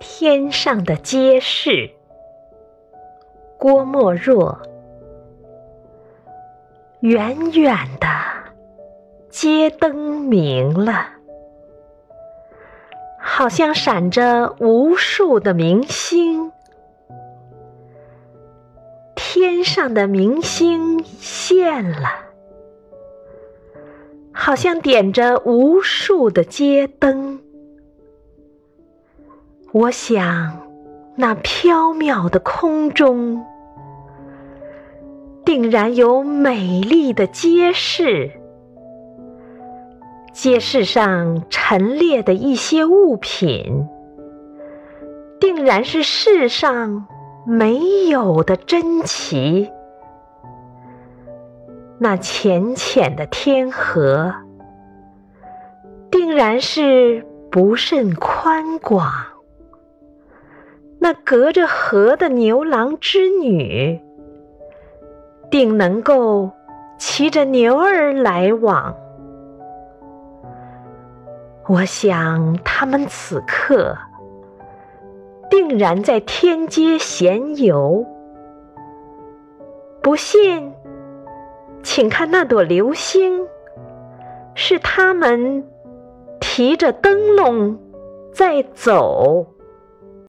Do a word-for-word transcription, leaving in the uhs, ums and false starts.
天上的街市，郭沫若。远远的街灯明了，好像闪着无数的明星。天上的明星现了，好像点着无数的街灯。我想，那缥缈的空中，定然有美丽的街市。街市上陈列的一些物品，定然是世上没有的珍奇。那浅浅的天河，定然是不甚宽广。那隔着河的牛郎织女，定能够骑着牛儿来往。我想他们此刻定然在天街闲游。不信，请看那朵流星，是他们提着灯笼在走。